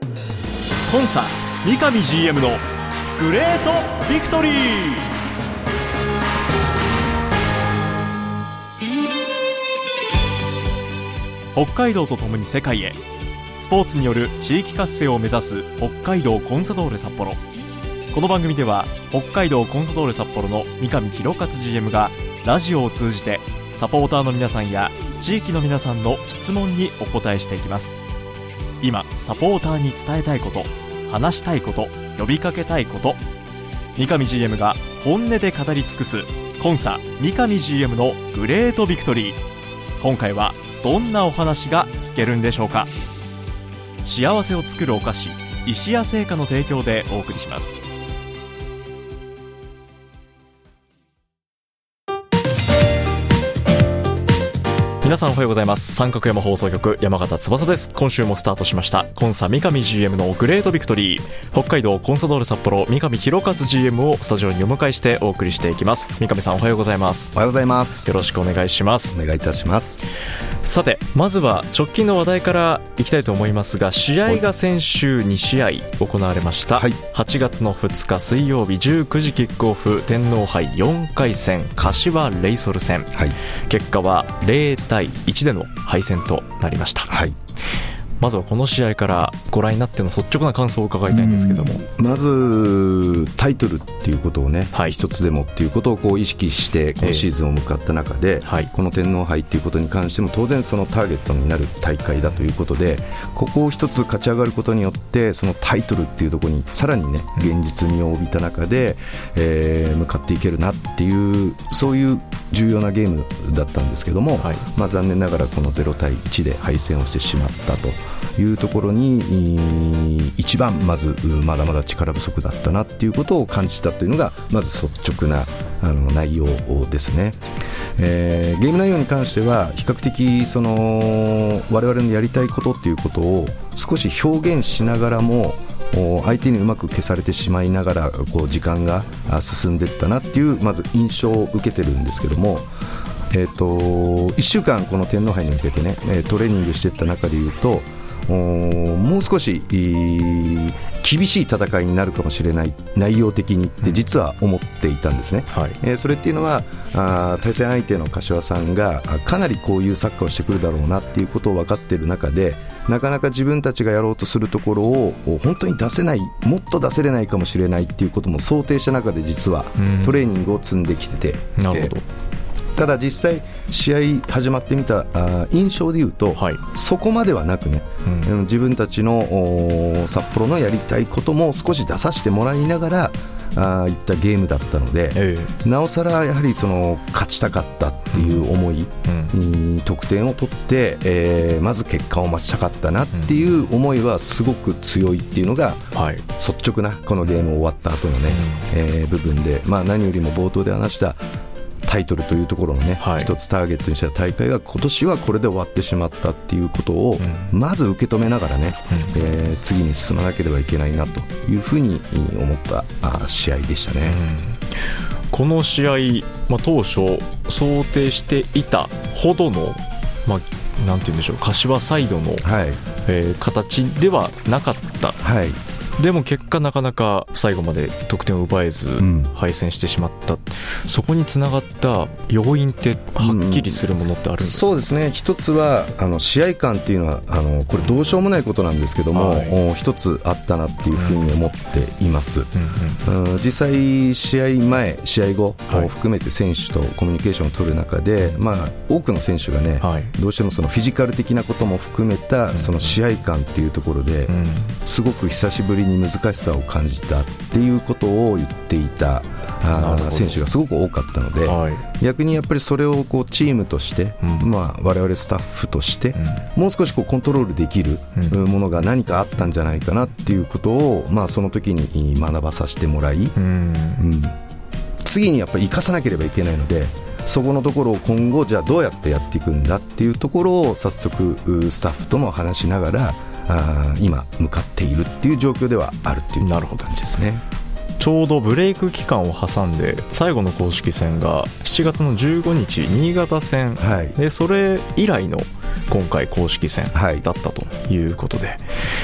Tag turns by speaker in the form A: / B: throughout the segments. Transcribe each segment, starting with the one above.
A: コンサ三上 GM のグレートビクトリー。北海道とともに世界へ、スポーツによる地域活性を目指す北海道コンサドーレ札幌。この番組では北海道コンサドーレ札幌の三上博勝 GM がラジオを通じてサポーターの皆さんや地域の皆さんの質問にお答えしていきます。今サポーターに伝えたいこと、話したいこと、呼びかけたいこと、三上 GM が本音で語り尽くすコンサ三上 GM のグレートビクトリー。今回はどんなお話が聞けるんでしょうか。幸せを作るお菓子、石屋製菓の提供でお送りします。皆さんおはようございます。三角山放送局山形翼です。今週もスタートしましたコンサ三上 GM のグレートビクトリー。北海道コンサドーレ札幌三上博勝 GM をスタジオにお迎えしてお送りしていきます。三上さんおはようございます。
B: おはようございます。
A: よろしくお願いします。
B: お願いいたします。
A: さて、まずは直近の話題からいきたいと思いますが、試合が先週2試合行われました、はい、8月の2日水曜日19時キックオフ、天皇杯4回戦柏レイソル戦、はい、結果は0対1での敗戦となりました、はい、まずはこの試合からご覧になっての率直な感想を伺いたいんですけども。
B: まずタイトルっていうことをね、はい、一つでもっていうことをこう意識して今シーズンを向かった中で、はい、この天皇杯っていうことに関しても当然そのターゲットになる大会だということで、ここを一つ勝ち上がることによってそのタイトルっていうところにさらにね現実味を帯びた中で、向かっていけるなっていう、そういう重要なゲームだったんですけども、はい、残念ながらこの0対1で敗戦をしてしまったというところに一番まずまだまだ力不足だったなっていうことを感じたというのがまず率直な内容ですね。ゲーム内容に関しては比較的その我々のやりたいことっていうことを少し表現しながらも相手にうまく消されてしまいながらこう時間が進んでいったなっていうまず印象を受けてるんですけども、1週間この天皇杯に向けてねトレーニングしていった中でいうともう少し厳しい戦いになるかもしれない内容的にって実は思っていたんですね、はい、それっていうのは対戦相手の柏さんがかなりこういうサッカーをしてくるだろうなっていうことを分かっている中で、なかなか自分たちがやろうとするところを本当に出せない、もっと出せれないかもしれないっていうことも想定した中で実はトレーニングを積んできてて、なるほど。ただ実際試合始まってみた印象でいうと、はい、そこまではなくね、自分たちの札幌のやりたいことも少し出させてもらいながらいったゲームだったので、なおさらやはりその勝ちたかったっていう思い、得点を取って、まず結果を待ちたかったなっていう思いはすごく強いっていうのが、率直なこのゲーム終わった後のね、部分で、何よりも冒頭で話したタイトルというところのね、はい、一つターゲットにした大会が今年はこれで終わってしまったっていうことをまず受け止めながらね、次に進まなければいけないなというふうに思った試合でしたね、
A: この試合、当初想定していたほどの、なんて言うんでしょう、柏サイドの、形ではなかった、でも結果なかなか最後まで得点を奪えず敗戦してしまった、そこにつながった要因ってはっきりするものってあるんですか？
B: そうですね、一つは試合感っていうのはこれどうしようもないことなんですけども、一つあったなっていうふうに思っています、実際試合前試合後を含めて選手とコミュニケーションを取る中で、多くの選手がね、どうしてもそのフィジカル的なことも含めたその試合感っていうところですごく久しぶりに難しさを感じたっていうことを言っていた選手がすごく多かったので、逆にやっぱりそれをこうチームとして、我々スタッフとして、もう少しこうコントロールできるものが何かあったんじゃないかなっていうことを、その時に学ばさせてもらい、次にやっぱり生かさなければいけないので、そこのところを今後じゃあどうやってやっていくんだっていうところを早速スタッフとも話しながら今向かっているっていう状況ではあるっていう感じですね。
A: ちょうどブレイク期間を挟んで最後の公式戦が7月の15日新潟戦、でそれ以来の今回公式戦だったということで、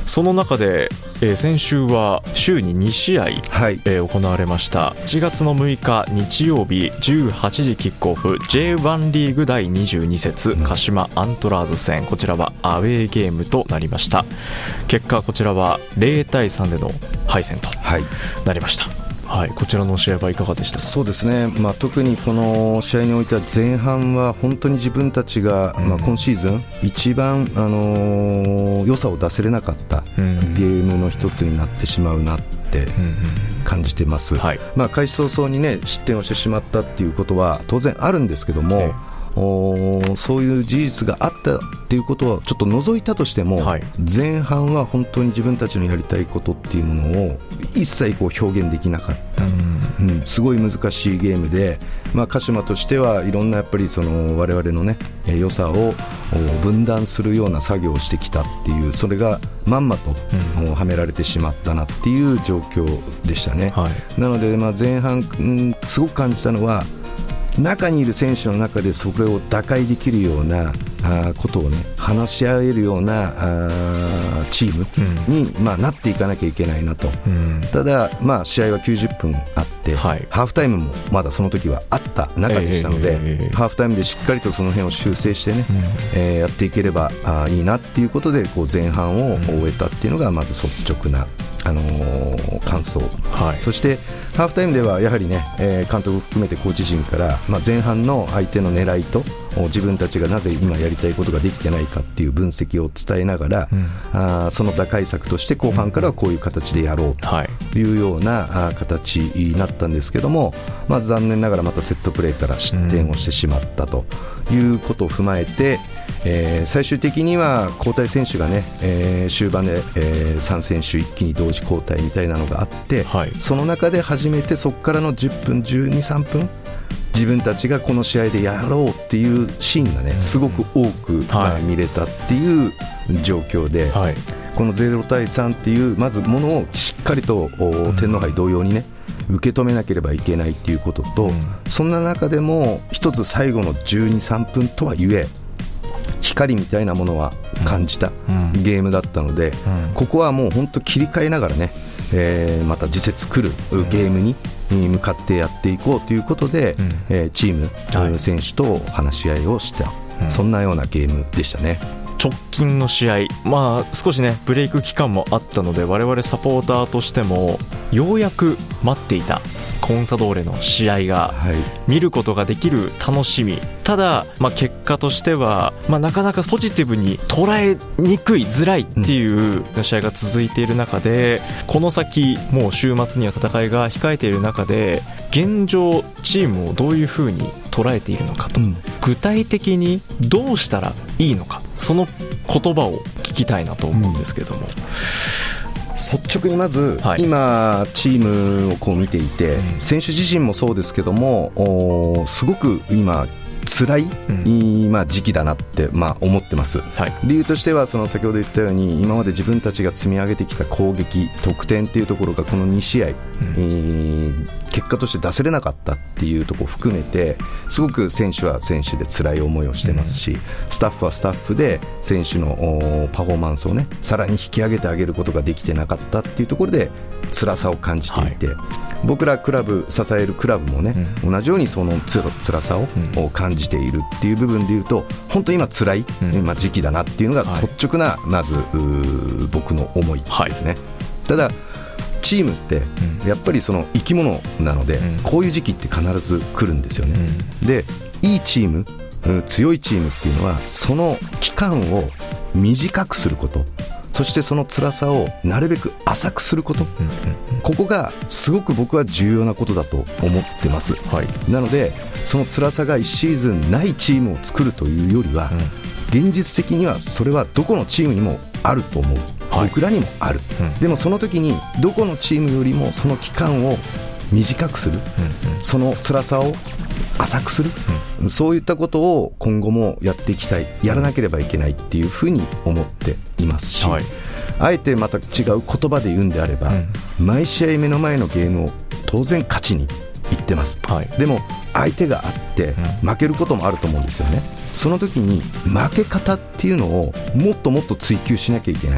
A: その中で、先週は週に2試合、行われました。1月の6日日曜日18時キックオフ J1 リーグ第22節、鹿島アントラーズ戦、こちらはアウェーゲームとなりました。結果こちらは0対3での敗戦となりました。こちらの試合はいかがでしたか？
B: そうですね、特にこの試合においては前半は本当に自分たちが、今シーズン一番、良さを出せれなかったゲームの一つになってしまうなって感じてます。開始早々に、失点をしてしまったっていうことは当然あるんですけども、そういう事実があったっていうことはちょっと除いたとしても、前半は本当に自分たちのやりたいことっていうものを一切表現できなかった、すごい難しいゲームで、鹿島としてはいろんなやっぱり我々の良さを分断するような作業をしてきたっていう、それがまんまとはめられてしまったなっていう状況でしたね。なので前半、すごく感じたのは、中にいる選手の中でそれを打開できるようなことを話し合えるようなチームになっていかなきゃいけないなと。ただ試合は90分あって、ハーフタイムもまだその時はあった中でしたので、ハーフタイムでしっかりとその辺を修正してやっていければいいなっていうことで、前半を終えたっていうのがまず率直な感想、そしてハーフタイムではやはり監督を含めてコーチ陣から、前半の相手の狙いと自分たちがなぜ今やりたいことができてないかっていう分析を伝えながら、その打開策として後半からはこういう形でやろうというような形になったんですけども、残念ながらまたセットプレーから失点をしてしまったということを踏まえて、最終的には交代選手が終盤で、3選手一気に同時交代みたいなのがあって、その中で初めてそこからの10分12、3分自分たちがこの試合でやろうっていうシーンがすごく多く見れたっていう状況で、この0対3っていうまずものをしっかりと天皇杯同様に受け止めなければいけないっていうことと、そんな中でも一つ最後の12、3分とはいえ光みたいなものは感じたゲームだったので、ここはもう本当切り替えながらまた次節来るゲームに向かってやっていこうということで、チーム、選手と話し合いをした、そんなようなゲームでしたね。
A: 直近の試合、少しブレイク期間もあったので、我々サポーターとしてもようやく待っていたコンサドーレの試合が見ることができる楽しみ、ただ、結果としては、なかなかポジティブに捉えにくいづらいっていう試合が続いている中で、この先もう週末には戦いが控えている中で、現状チームをどういうふうに捉えているのかと、具体的にどうしたらいいのか、その言葉を聞きたいなと思うんですけども、
B: 率直にまず、今チームを見ていて、選手自身もそうですけども、すごく今辛い、時期だなって、思ってます、理由としては先ほど言ったように、今まで自分たちが積み上げてきた攻撃得点っていうところがこの2試合、結果として出せれなかったっていうところを含めて、すごく選手は選手で辛い思いをしてますし、スタッフはスタッフで選手のパフォーマンスをさらに引き上げてあげることができてなかったっていうところで辛さを感じていて、僕らクラブ、支えるクラブも同じようにその辛さを感じているっていう部分でいうと、本当に今辛い、時期だなっていうのが率直な、まず僕の思いですね。ただチームってやっぱり生き物なので、こういう時期って必ず来るんですよね。で、いいチーム、強いチームっていうのはその期間を短くすること、そしてその辛さをなるべく浅くすること、ここがすごく僕は重要なことだと思ってます、なのでその辛さが1シーズンないチームを作るというよりは、現実的にはそれはどこのチームにもあると思う、僕らにもある、でもその時にどこのチームよりもその期間を短くする、その辛さを浅くする、そういったことを今後もやっていきたい、やらなければいけないっていうふうに思っていますし、あえてまた違う言葉で言うんであれば、毎試合目の前のゲームを当然勝ちにいってます、でも相手があって負けることもあると思うんですよね。その時に負け方っていうのをもっともっと追求しなきゃいけない、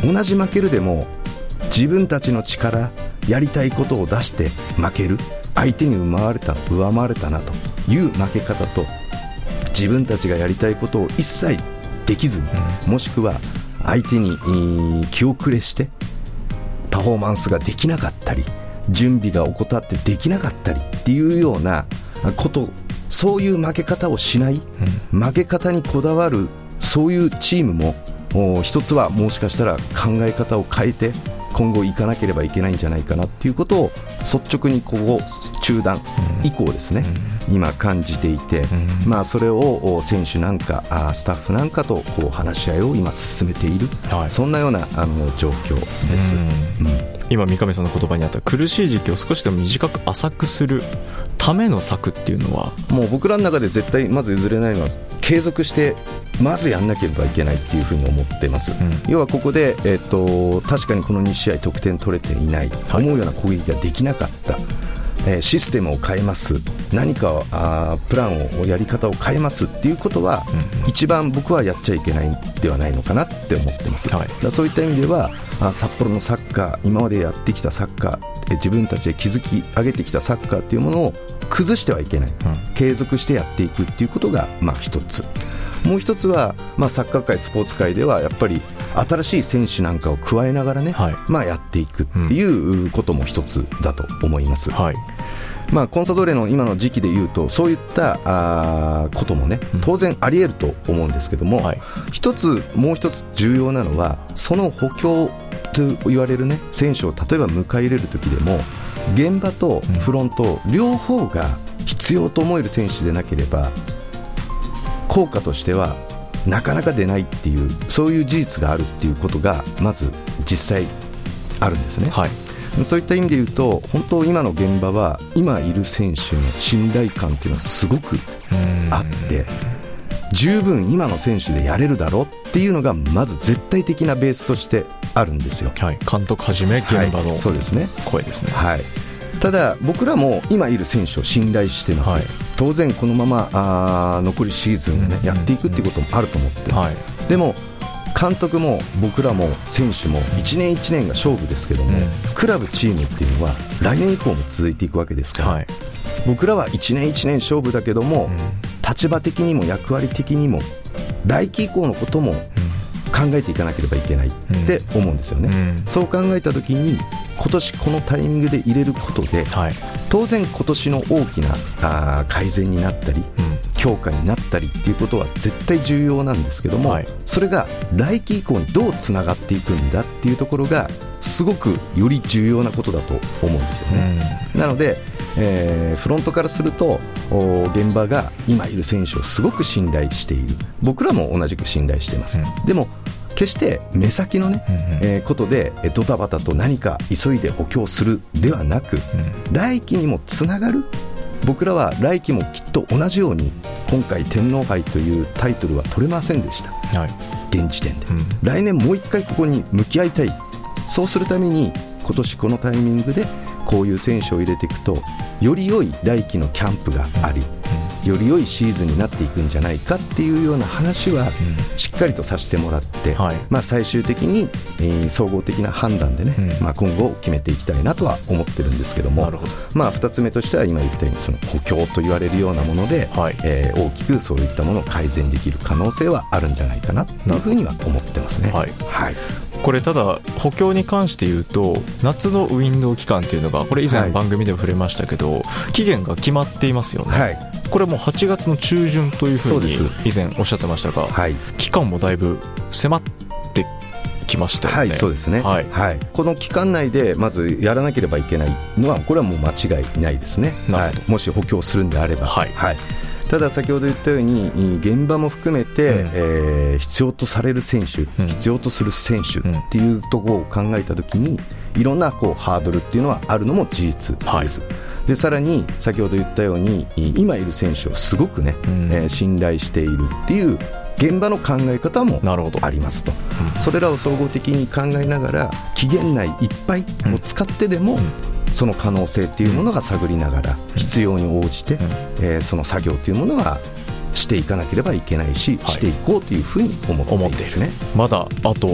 B: 同じ負けるでも自分たちの力、やりたいことを出して負ける、相手に上回れたなという負け方と、自分たちがやりたいことを一切できずに、もしくは相手に気を暮れしてパフォーマンスができなかったり、準備が怠ってできなかったりっていうようなこと、そういう負け方をしない、負け方にこだわる、そういうチームも一つはもしかしたら考え方を変えて今後行かなければいけないんじゃないかなっていうことを率直にここ中断以降ですね、今感じていて、それを選手なんかスタッフなんかとこう話し合いを今進めている、そんなような状況です。
A: 今三上さんの言葉にあった苦しい時期を少しでも短く浅くするための策っていうのは、
B: もう僕らの中で絶対まず譲れないのは継続してまずやんなければいけないっていうふうに思ってます。要はここで、確かにこの2試合得点取れていない、思うような攻撃ができなかった、システムを変えます、何かプランをやり方を変えますっていうことは、一番僕はやっちゃいけないんではないのかなって思ってます。だからそういった意味では札幌のサッカー、今までやってきたサッカー、自分たちで築き上げてきたサッカーっていうものを崩してはいけない、継続してやっていくっていうことが一つ。もう一つは、サッカー界、スポーツ界ではやっぱり新しい選手なんかを加えながらね、やっていくっていうことも一つだと思います。コンサドーレの今の時期でいうと、そういったこともね、当然あり得ると思うんですけども、もう一つ重要なのは、その補強と言われるね、選手を例えば迎え入れる時でも、現場とフロント両方が必要と思える選手でなければ効果としてはなかなか出ないっていう、そういう事実があるっていうことがまず実際あるんですね。そういった意味で言うと、本当今の現場は今いる選手の信頼感っていうのはすごくあって、十分今の選手でやれるだろうっていうのがまず絶対的なベースとしてあるんですよ。
A: 監督はじめ現場の声ですね。
B: ただ僕らも今いる選手を信頼してます。当然このまま残りシーズンをね、やっていくっていうこともあると思ってます。でも監督も僕らも選手も1年1年が勝負ですけども、クラブチームっていうのは来年以降も続いていくわけですから、僕らは1年1年勝負だけども、立場的にも役割的にも来季以降のことも考えていかなければいけないって思うんですよね。そう考えたときに今年このタイミングで入れることで、当然今年の大きな改善になったり、強化になったりっていうことは絶対重要なんですけども、それが来季以降にどうつながっていくんだっていうところがすごくより重要なことだと思うんですよね。なので、フロントからすると現場が今いる選手をすごく信頼している、僕らも同じく信頼しています。でも決して目先のね、ことでドタバタと何か急いで補強するではなく、来季にもつながる、僕らは来季もきっと同じように今回天皇杯というタイトルは取れませんでした、現時点で、来年もう一回ここに向き合いたい。そうするために今年このタイミングでこういう選手を入れていくと、より良い来季のキャンプがあり、より良いシーズンになっていくんじゃないかっていうような話はしっかりとさせてもらって、最終的に総合的な判断でね、今後決めていきたいなとは思ってるんですけども、2つ目としては今言ったようにその補強と言われるようなもので、大きくそういったものを改善できる可能性はあるんじゃないかなというふうには思ってますね。
A: これただ補強に関して言うと、夏のウィンドウ期間というのが、これ以前番組でも触れましたけど、期限が決まっていますよね。これも8月の中旬というふうに以前おっしゃってましたが、期間もだいぶ迫ってきましたよね。
B: そうですね。この期間内でまずやらなければいけないのは、これはもう間違いないですね。もし補強するんであれば。ただ先ほど言ったように現場も含めて、必要とされる選手、必要とする選手っていうところを考えたときに、いろんなハードルっていうのはあるのも事実です。でさらに先ほど言ったように今いる選手をすごくね、信頼しているっていう現場の考え方もありますと、それらを総合的に考えながら期限内いっぱいを使ってでも、その可能性っていうものが探りながら、必要に応じて、その作業というものはしていかなければいけないし、していこうというふうに思っていますね。
A: まだあと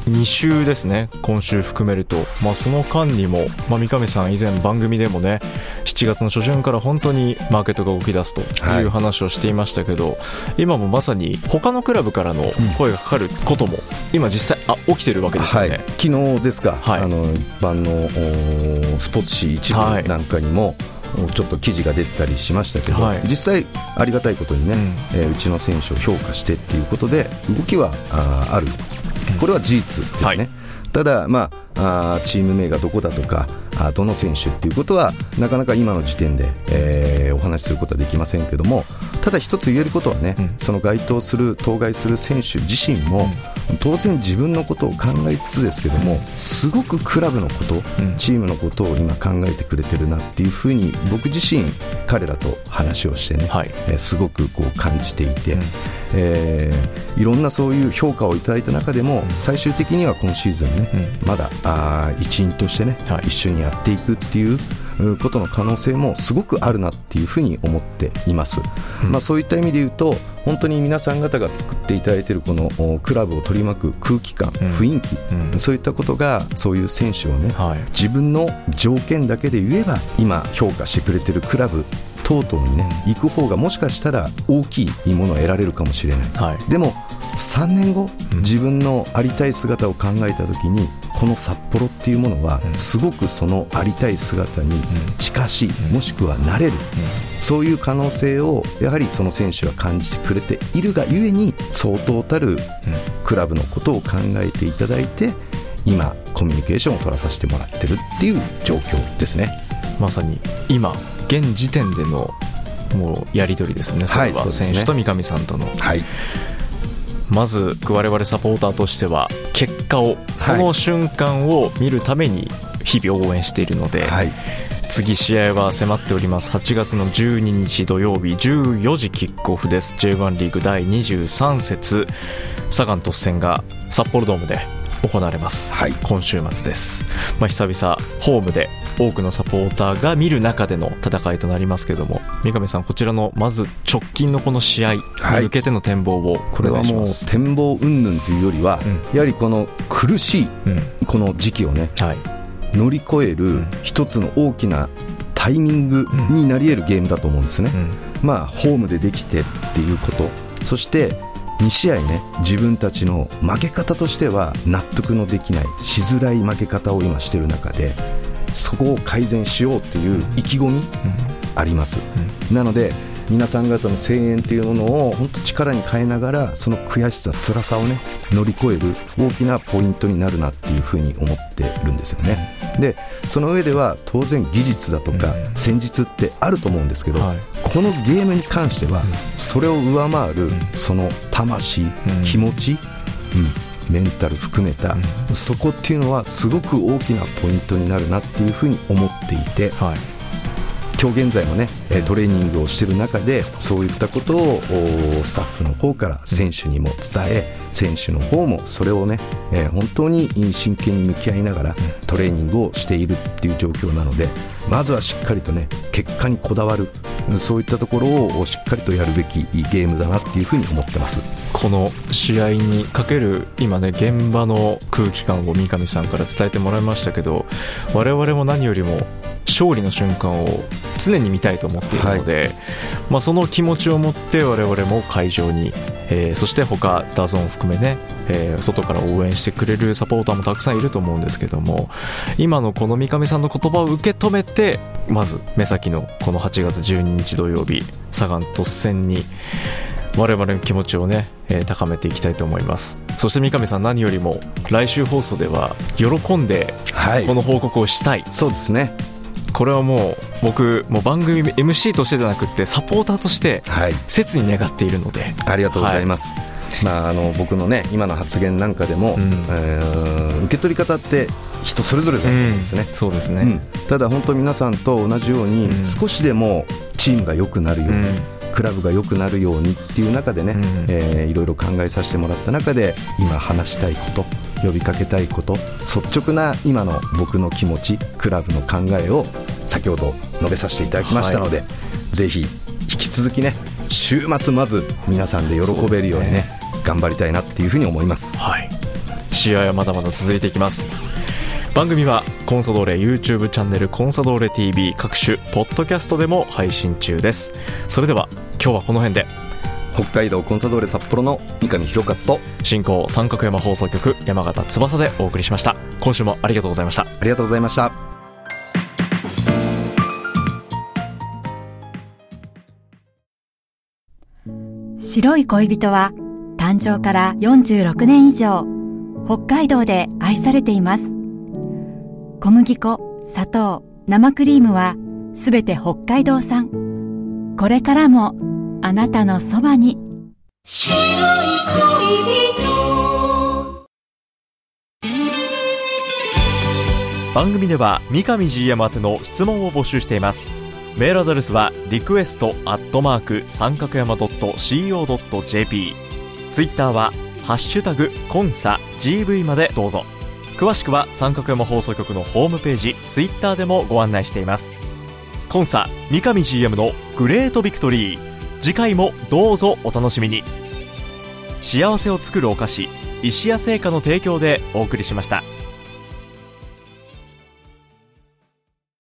A: 2週ですね、今週含めると、その間にも、三上さん以前番組でもね、7月の初旬から本当にマーケットが動き出すという話をしていましたけど、今もまさに他のクラブからの声がかかることも今実際起きてるわけですよね。
B: 昨日ですか、一般のスポーツ紙一部なんかにも、ちょっと記事が出てたりしましたけど、実際ありがたいことにね、うちの選手を評価してっていうことで動きはある、これは事実ですね。ただ、チーム名がどこだとかどの選手っていうことはなかなか今の時点で、お話しすることはできませんけども、ただ一つ言えることはね、その該当する当該する選手自身も、当然自分のことを考えつつですけども、すごくクラブのこと、チームのことを今考えてくれてるなっていうふうに僕自身彼らと話をしてね、すごくこう感じていて、いろんなそういう評価をいただいた中でも、最終的には今シーズンね、まだ一員としてね、一緒にやっていくっていうことの可能性もすごくあるなっていうふうに思っています。そういった意味で言うと、本当に皆さん方が作っていただいているこのクラブを取り巻く空気感、雰囲気、そういったことがそういう選手をね、自分の条件だけで言えば今評価してくれているクラブ等々にね、行く方がもしかしたら大きいものを得られるかもしれない、でも3年後、自分のありたい姿を考えた時に、この札幌っていうものはすごくそのありたい姿に近しい、もしくはなれる、そういう可能性をやはりその選手は感じてくれているがゆえに、相当たるクラブのことを考えていただいて、今コミュニケーションを取らさせてもらってるっていう状況ですね。
A: まさに今現時点でのもうやり取りですね。それは選手と三上さんとの、まず我々サポーターとしては結果を、その瞬間を見るために日々応援しているので、次試合は迫っております。8月の12日土曜日14時キックオフです。 J1 リーグ第23節サガン鳥栖戦が札幌ドームで行われます、今週末です。久々ホームで多くのサポーターが見る中での戦いとなりますけども、三上さん、こちらのまず直近のこの試合に向けての展望をお願いします。
B: これはもう展望云々というよりは、やはりこの苦しいこの時期をね、乗り越える一つの大きなタイミングになり得るゲームだと思うんですね。ホームでできてっていうこと、そして2試合ね、自分たちの負け方としては納得のできない、しづらい負け方を今している中で、そこを改善しようっていう意気込みあります。なので皆さん方の声援というものを本当力に変えながら、その悔しさ、辛さをね乗り越える大きなポイントになるなっていうふうに思ってるんですよね。でその上では当然技術だとか戦術ってあると思うんですけど、このゲームに関してはそれを上回るその魂、気持ち、メンタル含めたそこっていうのはすごく大きなポイントになるなっていうふうに思っていて、今日現在もねトレーニングをしている中でそういったことをスタッフの方から選手にも伝え、選手の方もそれをね本当に真剣に向き合いながらトレーニングをしているっていう状況なので、まずはしっかりとね結果にこだわる、そういったところをしっかりとやるべきゲームだなっていうふうに思ってます。
A: この試合にかける今ね現場の空気感を三上さんから伝えてもらいましたけど、我々も何よりも勝利の瞬間を常に見たいと思っているので、その気持ちを持って我々も会場に、そして他ダゾーン含めね、外から応援してくれるサポーターもたくさんいると思うんですけども、今のこの三上さんの言葉を受け止めて、まず目先のこの8月12日土曜日サガン鳥栖戦に我々の気持ちをね、高めていきたいと思います。そして三上さん、何よりも来週放送では喜んでこの報告をしたい、
B: そうですね。
A: これはもう僕もう番組 MC としてではなくってサポーターとして切に願っているので、
B: ありがとうございます。僕のね今の発言なんかでも、受け取り方って人それぞれだと思うんですね。
A: そうですね、
B: ただ本当皆さんと同じように、少しでもチームが良くなるように、クラブが良くなるようにっていう中でね、いろいろ考えさせてもらった中で今話したいこと、呼びかけたいこと、率直な今の僕の気持ち、クラブの考えを先ほど述べさせていただきましたので、ぜひ引き続きね週末まず皆さんで喜べるようにね頑張りたいなっていうふうに思います。
A: 試合はまだまだ続いていきます。番組はコンサドーレ YouTube チャンネルコンサドーレ TV 各種ポッドキャストでも配信中です。それでは今日はこの辺で。
B: 北海道コンサドーレ札幌の三上博勝と
A: 進行三角山放送局山形翼でお送りしました。今週もありがとうございました。
B: ありがとうございました。
C: 白い恋人は誕生から46年以上北海道で愛されています。小麦粉、砂糖、生クリームはすべて北海道産。これからもあなたのそばに白い恋人。
A: 番組では三上 GM 宛ての質問を募集しています。メールアドレスはrequest@三角山.co.jp、 ツイッターはハッシュタグコンサ GV までどうぞ。詳しくは三角山放送局のホームページ、ツイッターでもご案内しています。コンサ三上 GM のグレートビクトリー、次回もどうぞお楽しみに。幸せを作るお菓子、石屋製菓の提供でお送りしました。